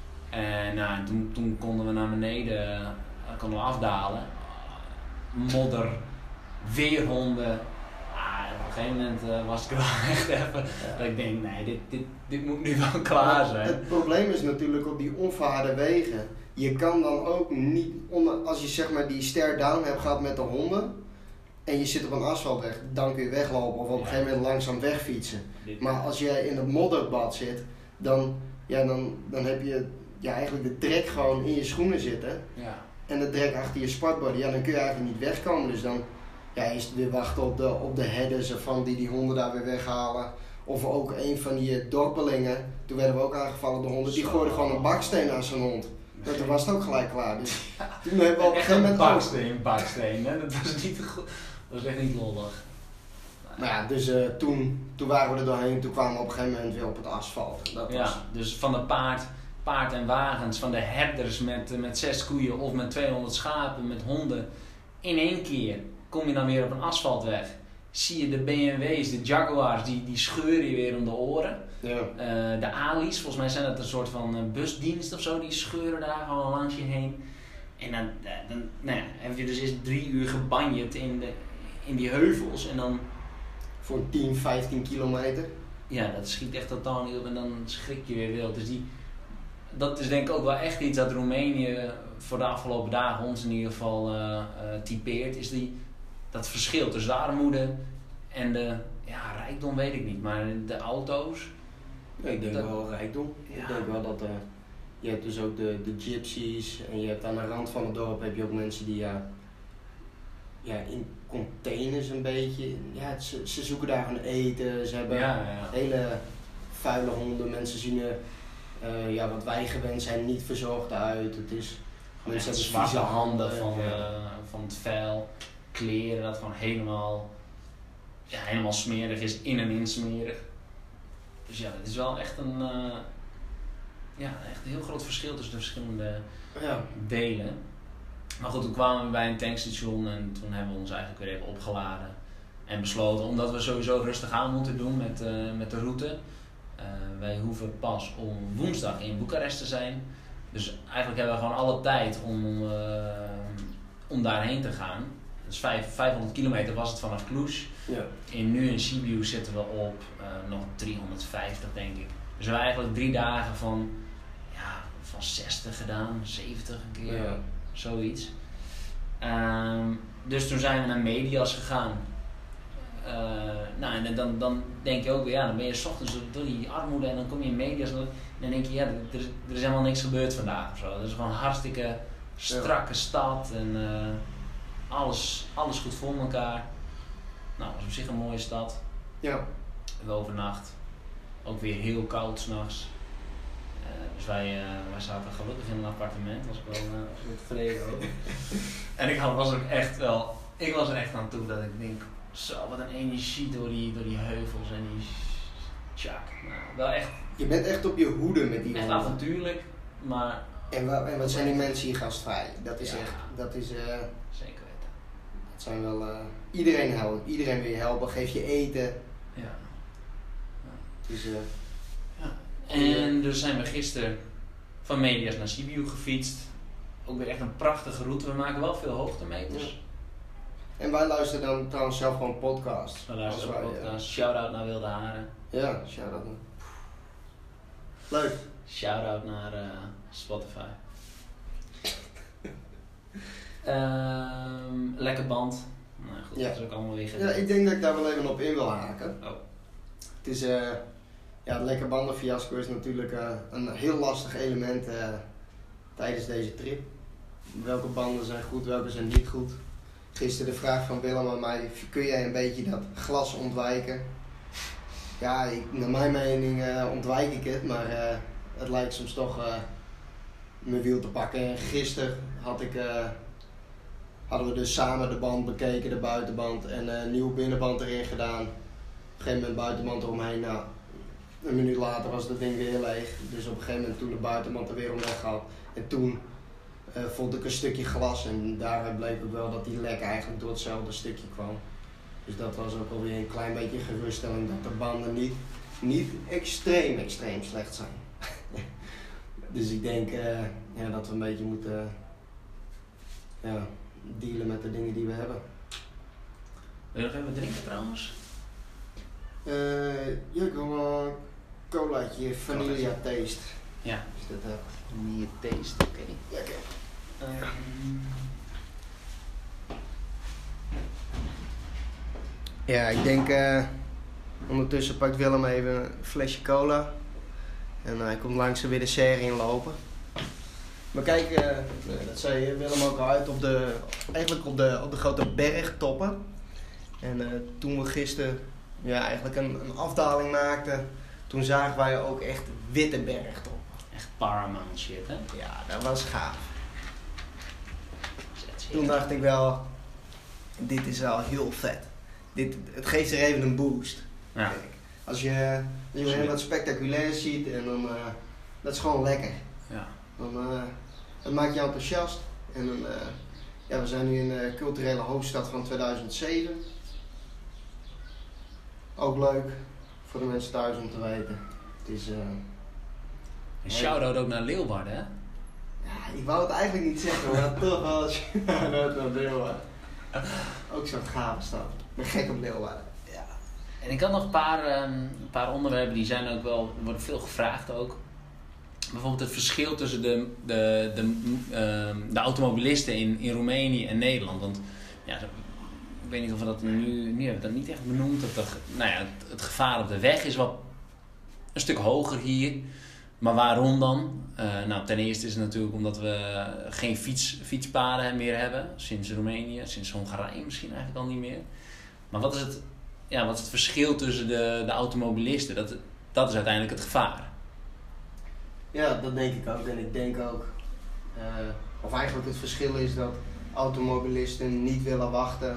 Speaker 1: En toen konden we naar beneden, konden we afdalen. Modder, weerhonden. Op een gegeven moment was ik er wel echt even dat ik denk, nee, dit moet nu wel klaar zijn.
Speaker 4: Het probleem is natuurlijk op die onverharde wegen. Je kan dan ook niet, als je zeg maar die stare-down hebt gehad met de honden en je zit op een asfaltweg, dan kun je weglopen of op een gegeven moment langzaam wegfietsen. Maar als je in het modderbad zit, dan heb je eigenlijk de drek gewoon in je schoenen zitten.
Speaker 1: Ja.
Speaker 4: En de drek achter je spatbody, dan kun je eigenlijk niet wegkomen. Dus dan is het weer wachten op de herders van die honden daar weer weghalen. Of ook een van die dorpelingen, toen werden we ook aangevallen door honden, die gooiden gewoon een baksteen aan zijn hond. En toen was het ook gelijk klaar. Dus toen hebben we op een gegeven moment
Speaker 1: baksteen, hè? Dat was niet goed. Dat was echt niet lollig.
Speaker 4: Nou ja, dus toen waren we er doorheen, toen kwamen we op een gegeven moment weer op het asfalt.
Speaker 1: Dus van het paard paard en wagens, van de herders met 6 koeien of met 200 schapen, met honden. In 1 keer kom je dan weer op een asfaltweg. Zie je de BMW's, de Jaguars, die scheuren je weer om de oren.
Speaker 4: Ja.
Speaker 1: De Ali's, volgens mij zijn dat een soort van busdienst of zo, die scheuren daar gewoon langs je heen. En dan nou ja, heb je dus eerst 3 uur gebanjerd in die heuvels en dan...
Speaker 4: Voor 10, 15 kilometer.
Speaker 1: Ja, dat schiet echt totaal niet op en dan schrik je weer wild. Dus dat is denk ik ook wel echt iets dat Roemenië voor de afgelopen dagen ons in ieder geval typeert. Is dat verschil tussen de armoede en de rijkdom weet ik niet. Maar de auto's...
Speaker 4: Ja, ik denk wel rijkdom.
Speaker 1: Ja.
Speaker 4: Ik denk wel dat je hebt dus ook de gypsies en je hebt aan de rand van het dorp heb je ook mensen die in containers een beetje. Ja, ze zoeken daar hun eten. Ze hebben hele vuile honden. Mensen zien wat wij gewend zijn niet verzorgd uit. Het is
Speaker 1: mensen hebben zwarte handen van het vuil, kleren dat gewoon helemaal smerig is, in en in smerig. Dus ja, het is wel echt echt een heel groot verschil tussen de verschillende delen. Maar goed, toen kwamen we bij een tankstation en toen hebben we ons eigenlijk weer even opgeladen. En besloten, omdat we sowieso rustig aan moeten doen met de route. Wij hoeven pas om woensdag in Boekarest te zijn. Dus eigenlijk hebben we gewoon alle tijd om daarheen te gaan. Dus 500 kilometer was het vanaf Cluj.
Speaker 4: Ja.
Speaker 1: Nu in Sibiu zitten we op nog 350 denk ik. Dus we hebben eigenlijk 3 dagen van 60 gedaan, 70 een keer, zoiets. Dus toen zijn we naar Medias gegaan. En dan denk je ook weer, dan ben je 's ochtends door die armoede en dan kom je in Medias en dan denk je, er is helemaal niks gebeurd vandaag of zo. Het is gewoon een hartstikke strakke stad en alles goed voor elkaar. Nou, het was op zich een mooie stad.
Speaker 4: Ja.
Speaker 1: We hebben overnacht. Ook weer heel koud 's nachts. Dus wij zaten gelukkig in een appartement, was ik wel tevreden over. En ik was er echt aan toe dat ik denk, zo wat een energie door die heuvels en die wel echt.
Speaker 4: Je bent echt op je hoede met die
Speaker 1: echt
Speaker 4: honden.
Speaker 1: Avontuurlijk, maar...
Speaker 4: En wat zijn die mensen hier gastvrij? Dat is echt,
Speaker 1: zeker weten.
Speaker 4: Dat zijn wel, iedereen helpt, iedereen wil je helpen, geef je eten.
Speaker 1: Ja.
Speaker 4: Dus,
Speaker 1: En dus zijn we gisteren van Medias naar Sibiu gefietst. Ook weer echt een prachtige route. We maken wel veel hoogtemeters.
Speaker 4: Ja. En wij luisteren dan trouwens zelf gewoon podcasts.
Speaker 1: We luisteren ook podcasts. Shout-out naar Wilde Haren.
Speaker 4: Ja, shout-out. Leuk.
Speaker 1: Shout-out naar Spotify. Lekker band. Nou goed, dat is ook allemaal weer gedaan.
Speaker 4: Ja, ik denk dat ik daar wel even op in wil haken.
Speaker 1: Oh.
Speaker 4: Het is, het lekker bandenfiasco is natuurlijk een heel lastig element tijdens deze trip. Welke banden zijn goed, welke zijn niet goed. Gisteren de vraag van Willem aan mij, kun jij een beetje dat glas ontwijken? Ja, naar mijn mening ontwijk ik het, maar het lijkt soms toch mijn wiel te pakken. En gisteren hadden we dus samen de band bekeken, de buitenband en een nieuwe binnenband erin gedaan. Op een gegeven moment buitenband eromheen. Nou, een minuut later was het ding weer leeg. Dus op een gegeven moment toen de buitenband er weer om weg had. En toen vond ik een stukje glas en daaruit bleek ook wel dat die lek eigenlijk door hetzelfde stukje kwam. Dus dat was ook alweer een klein beetje geruststelling dat de banden niet extreem slecht zijn. Dus ik denk dat we een beetje moeten dealen met de dingen die we hebben.
Speaker 1: Wil je nog even drinken trouwens?
Speaker 4: Ik wil een colaatje Vanilla Taste.
Speaker 1: Ja.
Speaker 4: Is dat
Speaker 1: Vanilla Taste, oké.
Speaker 4: Lekker. Ja, ik denk ondertussen pakt Willem even een flesje cola. En hij komt langzaam weer de serre inlopen. Maar kijk, dat zei Willem ook al uit op de grote bergtoppen. En toen we gisteren eigenlijk een afdaling maakten, toen zagen wij ook echt witte bergtoppen.
Speaker 1: Echt Paramount shit, hè?
Speaker 4: Ja, dat was gaaf. Toen dacht ik wel, dit is wel heel vet. Het geeft er even een boost.
Speaker 1: Ja.
Speaker 4: Kijk, als je wat spectaculair ziet en dan, dat is gewoon lekker.
Speaker 1: Ja.
Speaker 4: Dat maakt je enthousiast. En we zijn nu in de culturele hoofdstad van 2007. Ook leuk voor de mensen thuis om te weten. Het is...
Speaker 1: Een shout-out ook naar Leeuwarden, hè?
Speaker 4: Ja, ik wou het eigenlijk niet zeggen, maar toch wel shout-out naar Leeuwarden. Ook zo'n gave stad. Ik ben gek op Leeuwarden.
Speaker 1: Ja. En ik had nog een paar onderwerpen die zijn ook wel, worden veel gevraagd ook. Bijvoorbeeld het verschil tussen de automobilisten in Roemenië en Nederland. Want ja, ik weet niet of we dat nu hebben we dat niet echt benoemd. Dat het gevaar op de weg is wat een stuk hoger hier. Maar waarom dan? Ten eerste is het natuurlijk omdat we geen fietspaden meer hebben. Sinds Roemenië, sinds Hongarije misschien eigenlijk al niet meer. Maar wat is het verschil tussen de automobilisten? Dat is uiteindelijk het gevaar.
Speaker 4: Ja, dat denk ik ook. En ik denk ook... of eigenlijk het verschil is dat automobilisten niet willen wachten...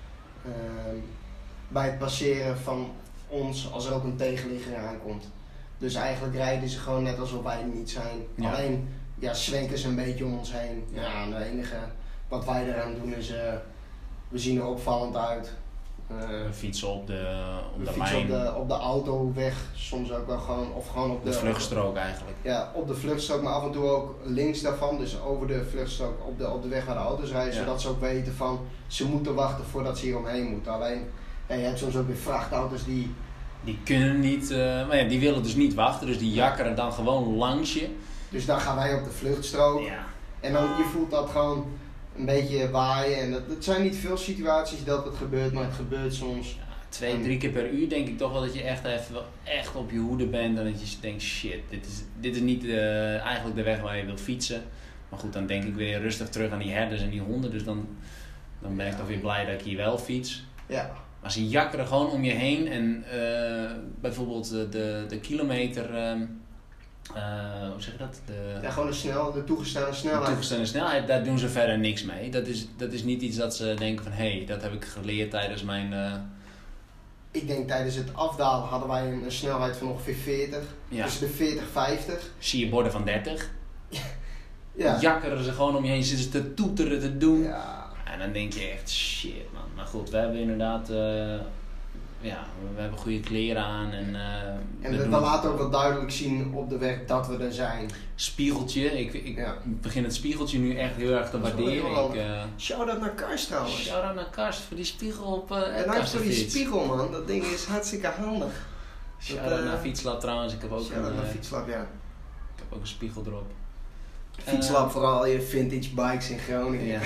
Speaker 4: bij het passeren van ons als er ook een tegenligger aankomt. Dus eigenlijk rijden ze gewoon net alsof wij er niet zijn. Ja. Alleen zwenken ze een beetje om ons heen. Ja, en het enige wat wij eraan doen is... we zien er opvallend uit.
Speaker 1: We fietsen op de lijn.
Speaker 4: Fietsen op de autoweg. Soms ook wel gewoon... Of gewoon op
Speaker 1: de vluchtstrook eigenlijk.
Speaker 4: Ja, op de vluchtstrook. Maar af en toe ook links daarvan. Dus over de vluchtstrook op de weg waar de auto's rijden. Ja. Zodat ze ook weten van... Ze moeten wachten voordat ze hier omheen moeten. Alleen... je hebt soms ook weer vrachtauto's die...
Speaker 1: Die kunnen niet, maar ja, die willen dus niet wachten, dus die jakkeren dan gewoon langs je.
Speaker 4: Dus dan gaan wij op de vluchtstrook.
Speaker 1: Ja.
Speaker 4: En dan je voelt dat gewoon een beetje waaien. En het zijn niet veel situaties dat het gebeurt, maar het gebeurt soms.
Speaker 1: Ja, 2-3 keer per uur denk ik toch wel dat je echt op je hoede bent. En dat je denkt, shit, dit is niet eigenlijk de weg waar je wilt fietsen. Maar goed, dan denk ik weer rustig terug aan die herders en die honden. Dus dan ben ik toch weer blij dat ik hier wel fiets.
Speaker 4: Ja.
Speaker 1: Maar ze jakkeren gewoon om je heen en bijvoorbeeld de kilometer, hoe zeg je dat?
Speaker 4: Gewoon de toegestane snelheid.
Speaker 1: De toegestane snelheid, daar doen ze verder niks mee. Dat is niet iets dat ze denken van, hé, dat heb ik geleerd tijdens mijn...
Speaker 4: Ik denk tijdens het afdalen hadden wij een snelheid van ongeveer 40.
Speaker 1: Ja.
Speaker 4: Tussen de 40 50.
Speaker 1: Zie je borden van 30.
Speaker 4: Ja.
Speaker 1: Jakkeren ze gewoon om je heen, zitten ze te toeteren, te doen.
Speaker 4: Ja.
Speaker 1: En dan denk je echt, shit man. Maar goed, we hebben inderdaad, we hebben goede kleren aan. En
Speaker 4: we laten ook wel duidelijk zien op de weg dat we er zijn.
Speaker 1: Spiegeltje, ik begin het spiegeltje nu echt heel erg te waarderen.
Speaker 4: Shout-out naar Karst trouwens.
Speaker 1: Shout-out naar Karst voor die spiegel op
Speaker 4: en dank voor die spiegel man, dat ding is hartstikke handig.
Speaker 1: Shout-out naar Fietslab trouwens, ik heb ook
Speaker 4: naar Fietslab, ja.
Speaker 1: Ik heb ook een spiegel erop.
Speaker 4: Fietslab voor al je vintage bikes in Groningen.
Speaker 1: Ja.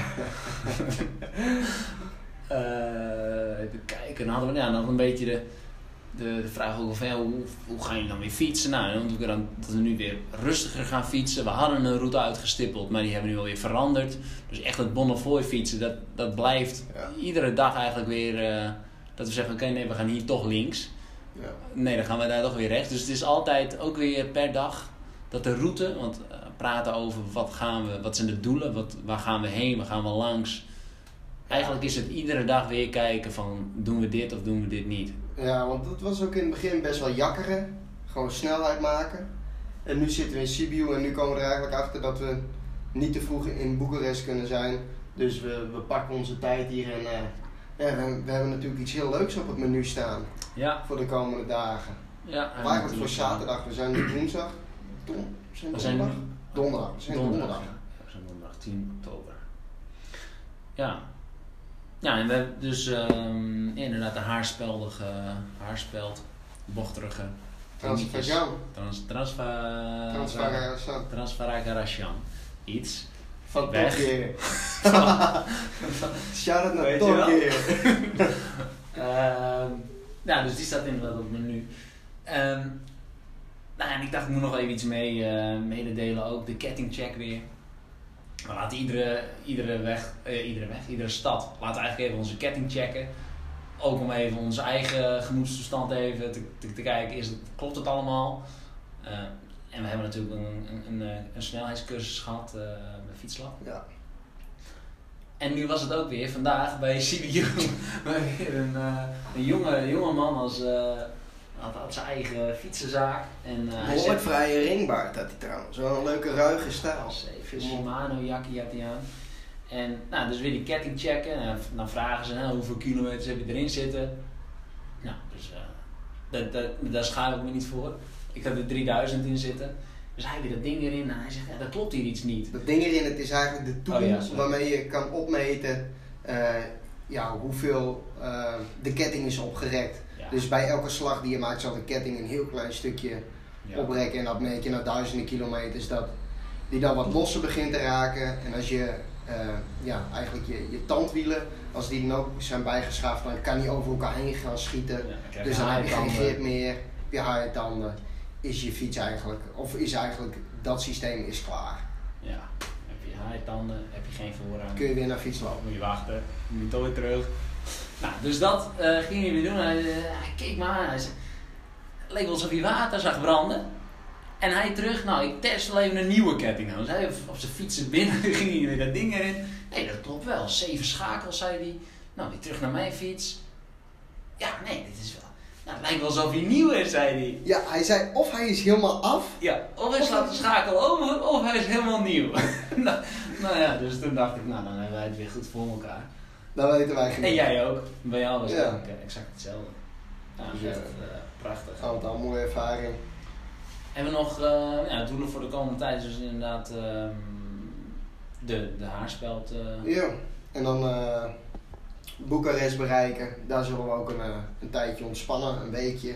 Speaker 1: Even kijken, dan hadden we een beetje de vraag ook van hoe ga je dan weer fietsen? Nou, dan doen we dat we nu weer rustiger gaan fietsen. We hadden een route uitgestippeld, maar die hebben we nu alweer veranderd. Dus echt het Bonnefoy fietsen, dat blijft iedere dag eigenlijk weer... dat we zeggen, oké, nee, we gaan hier toch links.
Speaker 4: Ja.
Speaker 1: Nee, dan gaan we daar toch weer rechts. Dus het is altijd ook weer per dag dat de route... Want praten over wat zijn de doelen, waar gaan we heen, waar gaan we langs. Eigenlijk is het iedere dag weer kijken van doen we dit of doen we dit niet.
Speaker 4: Ja, want dat was ook in het begin best wel jakkeren. Gewoon snelheid maken. En nu zitten we in Sibiu en nu komen we er eigenlijk achter dat we niet te vroeg in Boekarest kunnen zijn. Dus we pakken onze tijd hier en we hebben natuurlijk iets heel leuks op het menu staan.
Speaker 1: Ja.
Speaker 4: Voor de komende dagen.
Speaker 1: Ja.
Speaker 4: Of eigenlijk voor zaterdag, we zijn nu woensdag. Donderdag.
Speaker 1: We zijn donderdag 10 oktober. Ja. Ja, en we hebben dus inderdaad een haarspeld, bochterige. Transfaragarasjan. Iets.
Speaker 4: Van
Speaker 1: Tokyo.
Speaker 4: Shout-out naar Tokyo.
Speaker 1: Ja, dus die staat inderdaad op het menu. En ik dacht, ik moet nog even iets mededelen ook. De kettingcheck weer. We laten iedere stad, laten we eigenlijk even onze ketting checken. Ook om even onze eigen gemoedstoestand even te kijken, klopt het allemaal? En we hebben natuurlijk een snelheidscursus gehad bij Fietslab.
Speaker 4: Ja.
Speaker 1: En nu was het ook weer vandaag bij CBU. Weer een jonge man had zijn eigen fietsenzaak. En,
Speaker 4: Behoorlijk vrije ringbaard had hij trouwens. Wel een leuke ruige stijl.
Speaker 1: Even Shimano jakkie had hij aan. En nou, dus weer die ketting checken. En dan vragen ze hoeveel kilometers heb je erin zitten. Nou, dus daar schaam ik me niet voor. Ik had er 3000 in zitten. Dus hij weer dat ding erin en hij zegt, dat klopt hier iets niet.
Speaker 4: Dat ding erin, het is eigenlijk de tool waarmee je kan opmeten hoeveel de ketting is opgerekt. Ja. Dus bij elke slag die je maakt zal de ketting een heel klein stukje oprekken. En dat meet je na duizenden kilometers dat die dan wat losser begint te raken. En als je eigenlijk je tandwielen, als die dan ook zijn bijgeschaafd, dan kan die over elkaar heen gaan schieten. Ja, dus dan heb je geen grip meer, heb je haartanden. Is je fiets eigenlijk, of is eigenlijk dat systeem is klaar.
Speaker 1: Ja, heb je haaitanden, heb je geen voorrang.
Speaker 4: Kun je weer naar fiets lopen.
Speaker 1: Moet je wachten, moet je toch weer terug. Nou, dus dat gingen jullie doen. Hij keek me aan, hij zei, het leek wel alsof hij water zag branden. En hij terug, ik test wel even een nieuwe ketting. Dus hij op zijn fietsen binnen, ging hij weer dat ding erin. Nee, dat klopt wel, 7 schakels, zei hij. Nou, weer terug naar mijn fiets. Ja, nee, dit is wel... Nou, het lijkt wel alsof hij nieuw is, zei hij.
Speaker 4: Ja, hij zei of hij is helemaal af.
Speaker 1: Ja, of hij slaat de schakel over, of hij is helemaal nieuw. nou ja, dus toen dacht ik, dan hebben wij het weer goed voor elkaar.
Speaker 4: Dat weten wij geen.
Speaker 1: En jij ook. Bij jou was het ook exact hetzelfde. Nou,
Speaker 4: dus
Speaker 1: echt prachtig.
Speaker 4: Altijd een mooie ervaring.
Speaker 1: En we nog doelen voor de komende tijd, dus inderdaad de haarspeld.
Speaker 4: Ja, en dan Boekarest bereiken. Daar zullen we ook een tijdje ontspannen, een weekje.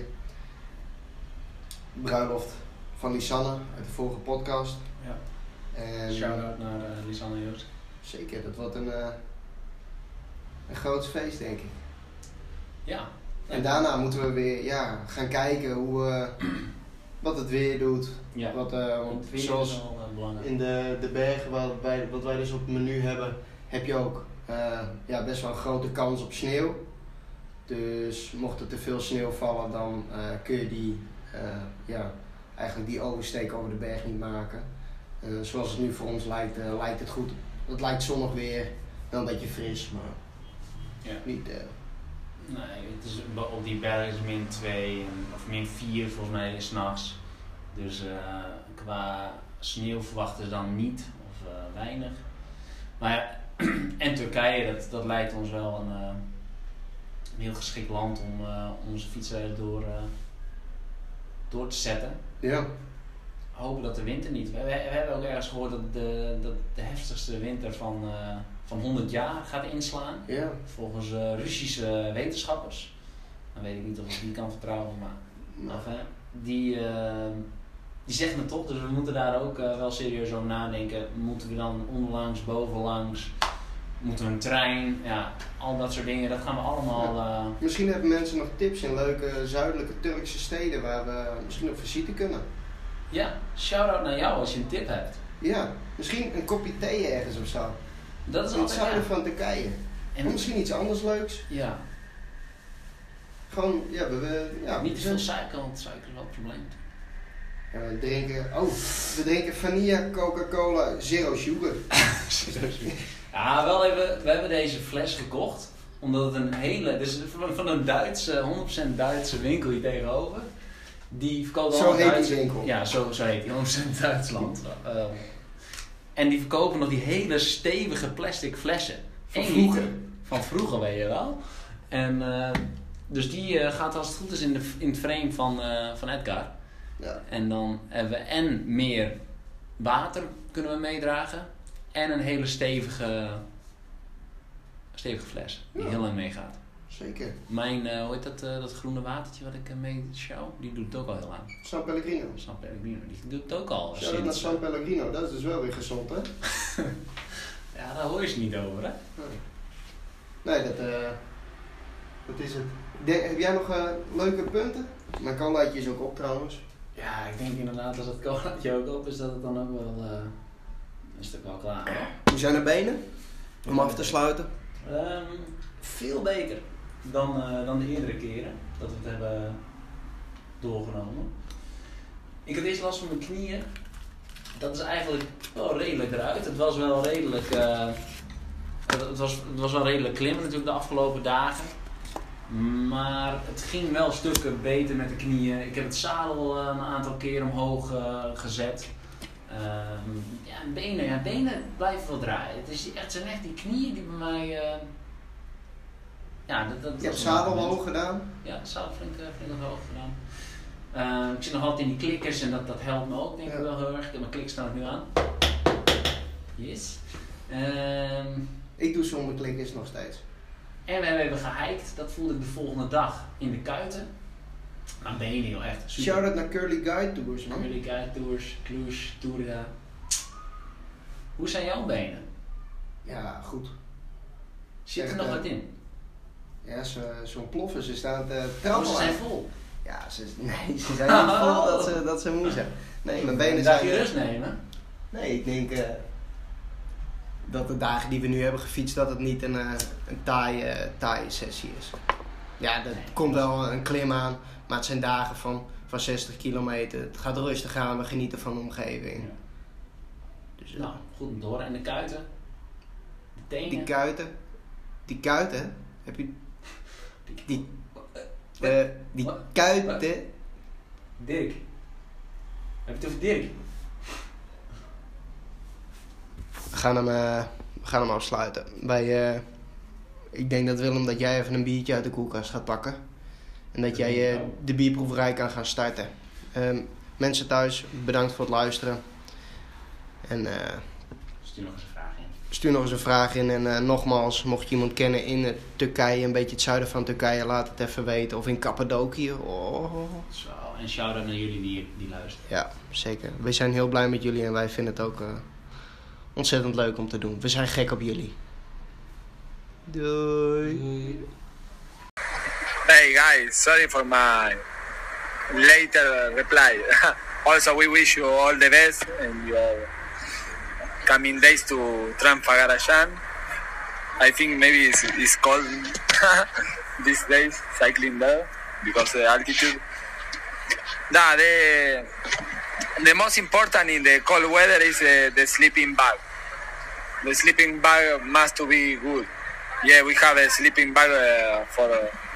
Speaker 4: Bruiloft van Lisanne uit de vorige podcast.
Speaker 1: Ja. En shout-out naar Lisanne Joost.
Speaker 4: Zeker, dat wordt een groot feest, denk ik.
Speaker 1: Ja.
Speaker 4: En daarna moeten we weer gaan kijken wat het weer doet.
Speaker 1: Ja.
Speaker 4: Want
Speaker 1: weer
Speaker 4: zoals
Speaker 1: is wel belangrijk.
Speaker 4: in de bergen wat wij dus op het menu hebben, heb je ook best wel een grote kans op sneeuw. Dus mocht er te veel sneeuw vallen, dan kun je eigenlijk die oversteek over de berg niet maken. Zoals het nu voor ons lijkt het goed. Het lijkt zonnig weer, wel een beetje fris, maar niet...
Speaker 1: Nee, het is, op die berg is -2 of -4 volgens mij s'nachts. Dus qua sneeuw verwachten ze dan niet of weinig. Maar ja, en Turkije, dat lijkt ons wel een heel geschikt land om onze fietsers door te zetten.
Speaker 4: Ja.
Speaker 1: Hopen dat de winter niet. We hebben ook ergens gehoord dat de heftigste winter van 100 jaar gaat inslaan.
Speaker 4: Ja.
Speaker 1: Volgens Russische wetenschappers. Dan weet ik niet of ik die kan vertrouwen, maar die zeggen het toch. Dus we moeten daar ook wel serieus over nadenken. Moeten we dan onderlangs, bovenlangs? Moeten we een trein? Ja, al dat soort dingen. Dat gaan we allemaal...
Speaker 4: Misschien hebben mensen nog tips in leuke zuidelijke Turkse steden waar we misschien op visite kunnen.
Speaker 1: Ja, shout-out naar jou als je een tip hebt.
Speaker 4: Ja, misschien een kopje thee ergens of zo.
Speaker 1: Dat is
Speaker 4: in het zuiden van Turkije.
Speaker 1: En
Speaker 4: of misschien iets anders leuks.
Speaker 1: Ja.
Speaker 4: Gewoon,
Speaker 1: niet te veel suiker, want suiker is wel het probleem.
Speaker 4: We drinken Vanilla Coca-Cola Zero Sugar.
Speaker 1: Ja, wel even, we hebben deze fles gekocht. Omdat het dus van een Duitse, 100% Duitse winkel hier tegenover. Die verkoopt
Speaker 4: zo heet die winkel.
Speaker 1: Ja, zo heet die, 100% Duitsland. En die verkopen nog die hele stevige plastic flessen.
Speaker 4: Van vroeger.
Speaker 1: Van vroeger, weet je wel. En dus die gaat als het goed is in het frame van Edgar.
Speaker 4: Ja.
Speaker 1: En dan hebben we en meer water kunnen we meedragen. En een hele stevige fles die heel lang meegaat.
Speaker 4: Zeker.
Speaker 1: Mijn, hoe heet dat groene watertje wat ik mee sjouw, die doet het ook al heel lang.
Speaker 4: San Pellegrino.
Speaker 1: San Pellegrino, die doet het ook al.
Speaker 4: Shout-out naar San Pellegrino, dat is dus wel weer gezond, hè?
Speaker 1: Ja, daar hoor je ze niet over, hè?
Speaker 4: Nee, dat is het. Heb jij nog leuke punten? Mijn colaatje is ook op trouwens.
Speaker 1: Ja, ik denk inderdaad als het colaatje ook op is, dat het dan ook wel een stuk wel klaar is.
Speaker 4: Hoe zijn de benen? Om af te sluiten.
Speaker 1: Veel beter dan de eerdere keren dat we het hebben doorgenomen. Ik had eerst last van mijn knieën. Dat is eigenlijk wel redelijk eruit. Het was wel redelijk het was wel redelijk klimmen natuurlijk de afgelopen dagen. Maar het ging wel stukken beter met de knieën. Ik heb het zadel een aantal keer omhoog gezet. Benen blijven wel draaien. Het is zijn echt die knieën die bij mij...
Speaker 4: Je hebt het zadel omhoog gedaan?
Speaker 1: Ja, het zadel flink omhoog gedaan. Ik zit nog altijd in die klikkers en dat helpt me ook denk ik wel heel erg. Ik heb mijn klikkers staan er nu aan. Yes.
Speaker 4: Ik doe zonder klikkers nog steeds.
Speaker 1: En we hebben gehiked. Dat voelde ik de volgende dag in de kuiten. Maar benen joh, echt super.
Speaker 4: Shout-out naar Curly Guide Tours, man.
Speaker 1: Curly Guide Tours, Cluj, Turda. Hoe zijn jouw benen?
Speaker 4: Ja, goed.
Speaker 1: Zit er nog wat in?
Speaker 4: Ja, zo'n ploffen. Ze staan te trappelen.
Speaker 1: Ze zijn vol?
Speaker 4: Ja, ze zijn niet vol dat ze moe zijn. Nee, mijn benen zijn...
Speaker 1: Darf je rust nemen?
Speaker 4: Nee, ik denk dat de dagen die we nu hebben gefietst, dat het niet een taaie sessie is. Ja, er komt wel een klim aan, maar het zijn dagen van 60 kilometer. Het gaat rustig aan, we genieten van de omgeving.
Speaker 1: Ja.
Speaker 4: Dus,
Speaker 1: nou, goed door. En de kuiten? De tenen?
Speaker 4: Die kuiten? Heb je... Die kuiten...
Speaker 1: Dirk. Heb je het over Dirk?
Speaker 4: We gaan hem afsluiten. Ik denk dat Willem, dat jij even een biertje uit de koelkast gaat pakken. En dat jij de bierproeverij kan gaan starten. Mensen thuis, bedankt voor het luisteren. En stuur nog eens een vraag in. En nogmaals, mocht je iemand kennen in Turkije, een beetje het zuiden van Turkije, laat het even weten. Of in Cappadocië. Oh.
Speaker 1: Zo, en shout-out naar jullie die luisteren.
Speaker 4: Ja, zeker. We zijn heel blij met jullie en wij vinden het ook ontzettend leuk om te doen. We zijn gek op jullie. Doei.
Speaker 3: Hey guys, sorry for my later reply. Also, we wish you all the best in your coming days to Tranfagarayan. I think maybe it's cold these days cycling there because the altitude. The most important in the cold weather is the sleeping bag. The sleeping bag must to be good. Yeah, we have a sleeping bag for